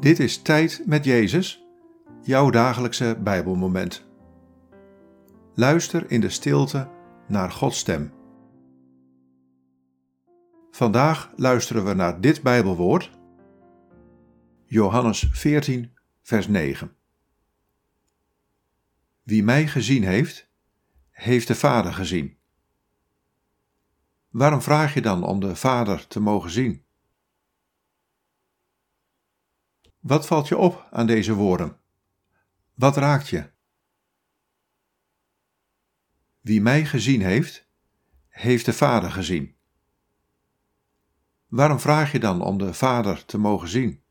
Dit is Tijd met Jezus, jouw dagelijkse Bijbelmoment. Luister in de stilte naar Gods stem. Vandaag luisteren we naar dit Bijbelwoord, Johannes 14, vers 9. Wie mij gezien heeft, heeft de Vader gezien. Waarom vraag je dan om de Vader te mogen zien? Wat valt je op aan deze woorden? Wat raakt je? Wie mij gezien heeft, heeft de Vader gezien. Waarom vraag je dan om de Vader te mogen zien?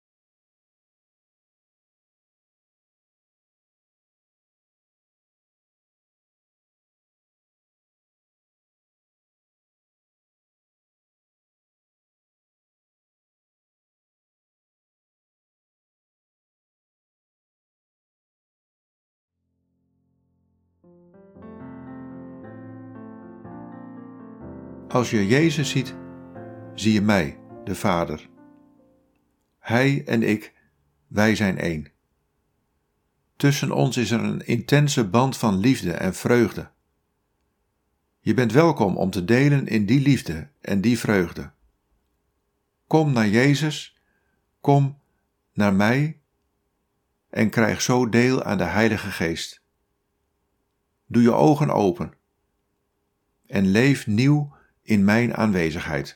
Als je Jezus ziet, zie je mij, de Vader. Hij en ik, wij zijn één. Tussen ons is er een intense band van liefde en vreugde. Je bent welkom om te delen in die liefde en die vreugde. Kom naar Jezus, kom naar mij en krijg zo deel aan de Heilige Geest. Doe je ogen open en leef nieuw in mijn aanwezigheid.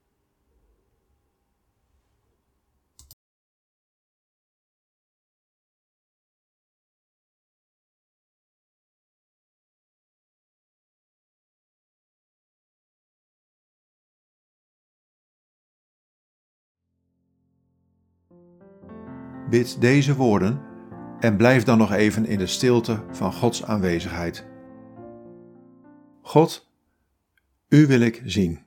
Bid deze woorden en blijf dan nog even in de stilte van Gods aanwezigheid. God, U wil ik zien.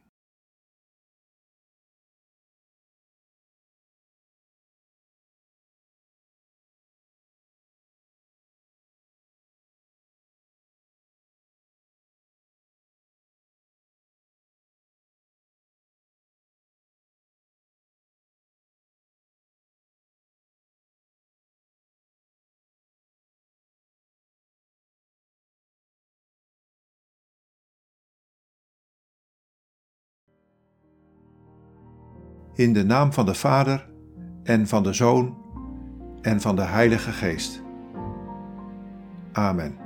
In de naam van de Vader en van de Zoon en van de Heilige Geest. Amen.